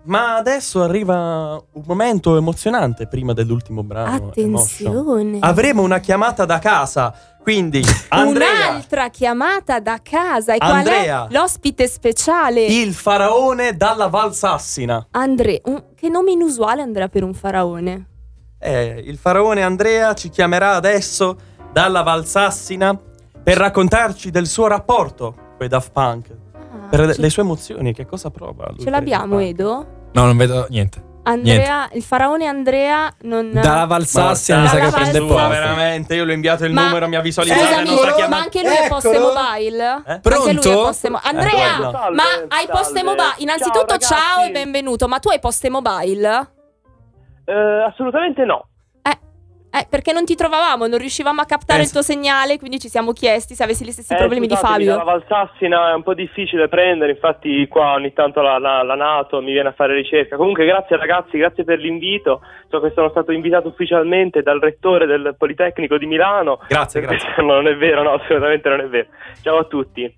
Ma adesso arriva un momento emozionante prima dell'ultimo brano. Attenzione. Avremo una chiamata da casa, quindi Andrea. Un'altra chiamata da casa. E Andrea. qual è l'ospite speciale? Il faraone dalla Valsassina. Andrea, che nome inusuale, Andrea, per un faraone. Il faraone Andrea ci chiamerà adesso dalla Valsassina per raccontarci del suo rapporto con i Daft Punk. Per le sue emozioni, che cosa prova lui? Ce l'abbiamo, Edo? No, non vedo niente. Andrea, il faraone Andrea non... Dalla Valsassina mi sa che prende Valsassina. posto. Veramente, io le ho inviato il numero, mi ha visualizzato. Scusami, ma anche lui è poste mobile? Pronto? Anche lui è poste Andrea, no. ma hai poste mobile? Innanzitutto ciao e benvenuto, ma tu hai poste mobile? Assolutamente no. Perché non ti trovavamo, non riuscivamo a captare il tuo segnale, quindi ci siamo chiesti se avessi gli stessi problemi di Fabio. La Valsassina è un po' difficile prendere, infatti qua ogni tanto la NATO mi viene a fare ricerca. Comunque grazie ragazzi, grazie per l'invito. So che sono stato invitato ufficialmente dal rettore del Politecnico di Milano. Grazie. No, non è vero, no, assolutamente non è vero. Ciao a tutti.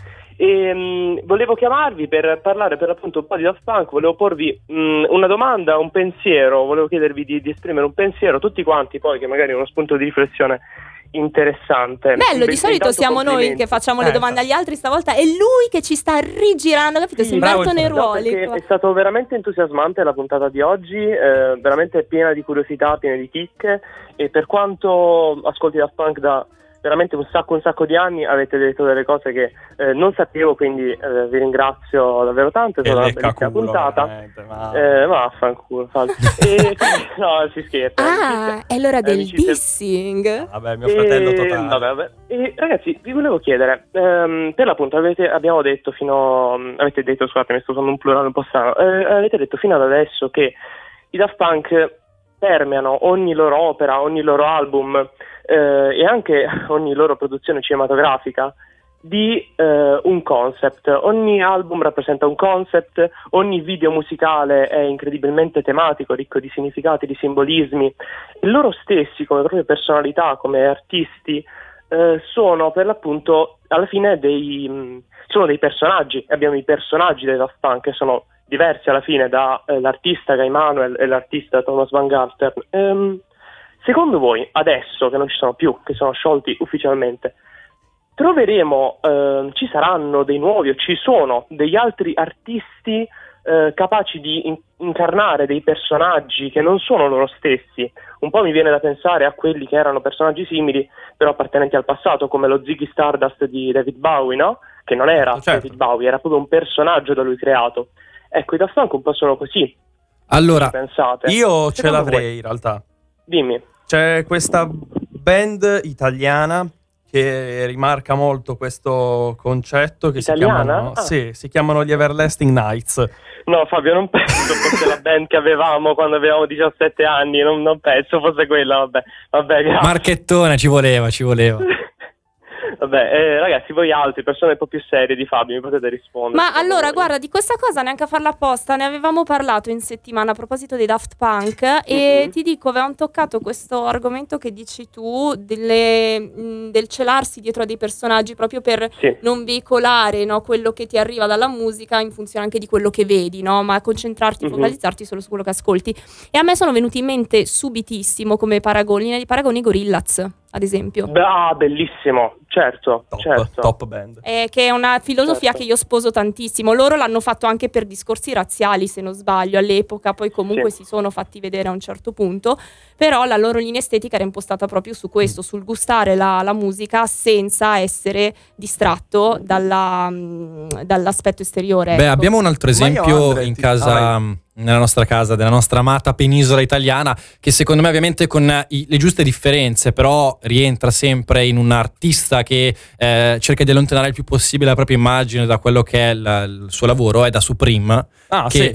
E volevo chiamarvi per parlare per appunto un po' di Daft Punk. Volevo porvi una domanda, un pensiero. Volevo chiedervi di esprimere un pensiero tutti quanti, poi che magari è uno spunto di riflessione interessante. Bello, di solito siamo noi che facciamo le domande agli altri, stavolta è lui che ci sta rigirando, capito? Si invertono i ruoli. È stato veramente entusiasmante la puntata di oggi, veramente piena di curiosità, piena di chicche, e per quanto ascolti Daft Punk da veramente un sacco di anni, avete detto delle cose che non sapevo, quindi vi ringrazio davvero tanto. È stata una bellissima puntata. Vaffanculo. No, si scherza. È l'ora del dissing. Vabbè, mio fratello totale. Vabbè. E ragazzi, vi volevo chiedere, per l'appunto avete detto, scusate, mi sto usando un plurale un po' strano, avete detto fino ad adesso che i Daft Punk permeano ogni loro opera, ogni loro album, e anche ogni loro produzione cinematografica di un concept. Ogni album rappresenta un concept, ogni video musicale è incredibilmente tematico, ricco di significati, di simbolismi, e loro stessi come proprie personalità, come artisti, sono per l'appunto alla fine sono dei personaggi. Abbiamo i personaggi dei Daft Punk che sono diversi alla fine da l'artista Guy Manuel e l'artista Thomas Van Galtern. Secondo voi, adesso che non ci sono più, che sono sciolti ufficialmente, troveremo, ci saranno dei nuovi o ci sono degli altri artisti capaci di incarnare dei personaggi che non sono loro stessi? Un po' mi viene da pensare a quelli che erano personaggi simili però appartenenti al passato, come lo Ziggy Stardust di David Bowie, no? Che non era David Bowie, era proprio un personaggio da lui creato. Ecco, i Daft Punk un po' sono così. Allora, pensate? Io ce l'avrei in realtà. Dimmi. C'è questa band italiana che rimarca molto questo concetto, che italiana? si chiamano gli Everlasting Nights. No, Fabio, non penso fosse la band che avevamo quando avevamo 17 anni, non penso fosse quella, vabbè, grazie. Marchettone, ci voleva. Vabbè, ragazzi, voi altri, persone un po' più serie di Fabio, mi potete rispondere? Ma allora, guarda, di questa cosa neanche a farla apposta, ne avevamo parlato in settimana a proposito dei Daft Punk, e ti dico, avevamo toccato questo argomento che dici tu, del celarsi dietro a dei personaggi proprio per non veicolare, no, quello che ti arriva dalla musica in funzione anche di quello che vedi, no, ma concentrarti, focalizzarti solo su quello che ascolti. E a me sono venuti in mente subitissimo come paragoni i Gorillaz, ad esempio. Bellissimo, certo. Top band. Che è una filosofia che io sposo tantissimo. Loro l'hanno fatto anche per discorsi razziali, se non sbaglio, all'epoca, poi comunque si sono fatti vedere a un certo punto, però la loro linea estetica era impostata proprio su questo, sul gustare la musica senza essere distratto dall'aspetto esteriore. Beh, abbiamo un altro esempio in casa, nella nostra casa, della nostra amata penisola italiana, che secondo me ovviamente con le giuste differenze però rientra sempre in un artista che cerca di allontanare il più possibile la propria immagine da quello che è il suo lavoro, è da Supreme, che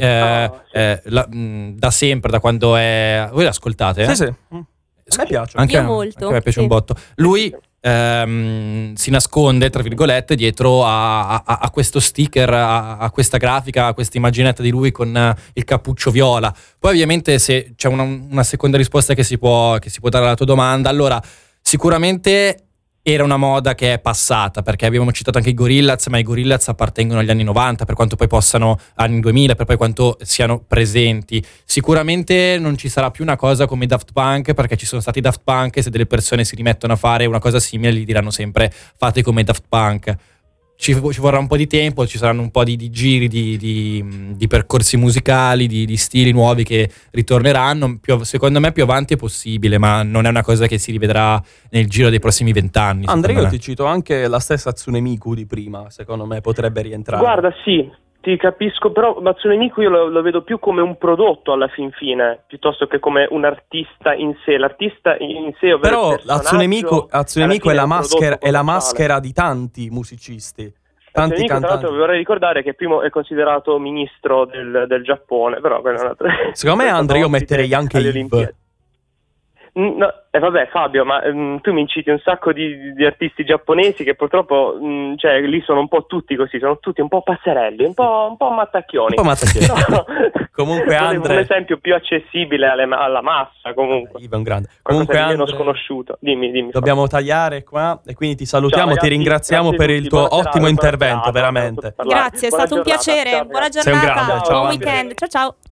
da sempre, da quando è... Voi l'ascoltate? Sì. A me piace. Anche molto. A me piace un botto. Lui si nasconde, tra virgolette, dietro a questo sticker, a questa grafica, a questa immaginetta di lui con il cappuccio viola. Poi ovviamente se c'è una seconda risposta che si può dare alla tua domanda, allora sicuramente era una moda che è passata, perché abbiamo citato anche i Gorillaz, ma i Gorillaz appartengono agli anni 90, per quanto poi possano, anni 2000, per poi quanto siano presenti. Sicuramente non ci sarà più una cosa come i Daft Punk, perché ci sono stati i Daft Punk, e se delle persone si rimettono a fare una cosa simile gli diranno sempre fate come i Daft Punk. Ci vorrà un po' di tempo, ci saranno un po' di giri, di percorsi musicali, di stili nuovi che ritorneranno. Secondo me più avanti è possibile, ma non è una cosa che si rivedrà nel giro dei prossimi 20 anni. Andrea, io ti cito anche la stessa Hatsune Miku di prima, secondo me potrebbe rientrare. Guarda, sì, ti capisco, però Hatsune Miku io lo vedo più come un prodotto alla fin fine, piuttosto che come un artista in sé. L'artista in sé, ovvero però Hatsune Miku è la maschera di tanti musicisti. Tanti cantanti. Tra l'altro vorrei ricordare che primo è considerato ministro del Giappone, però secondo me Andrea io metterei anche Yves. No, vabbè Fabio, ma tu mi inciti un sacco di artisti giapponesi che purtroppo cioè lì sono un po' tutti così, sono tutti un po' pazzerelli, un po' mattacchioni. Un po' mattacchioni. No, comunque Andre, un esempio più accessibile alla massa, comunque. Yves è un grande. Comunque meno sconosciuto. Dimmi. Dobbiamo tagliare qua e quindi ti salutiamo, ragazzi, ti ringraziamo per il tuo ottimo intervento, veramente. Grazie, è stato un piacere. Buona giornata, Sei un grande, ciao, buon weekend. Ciao.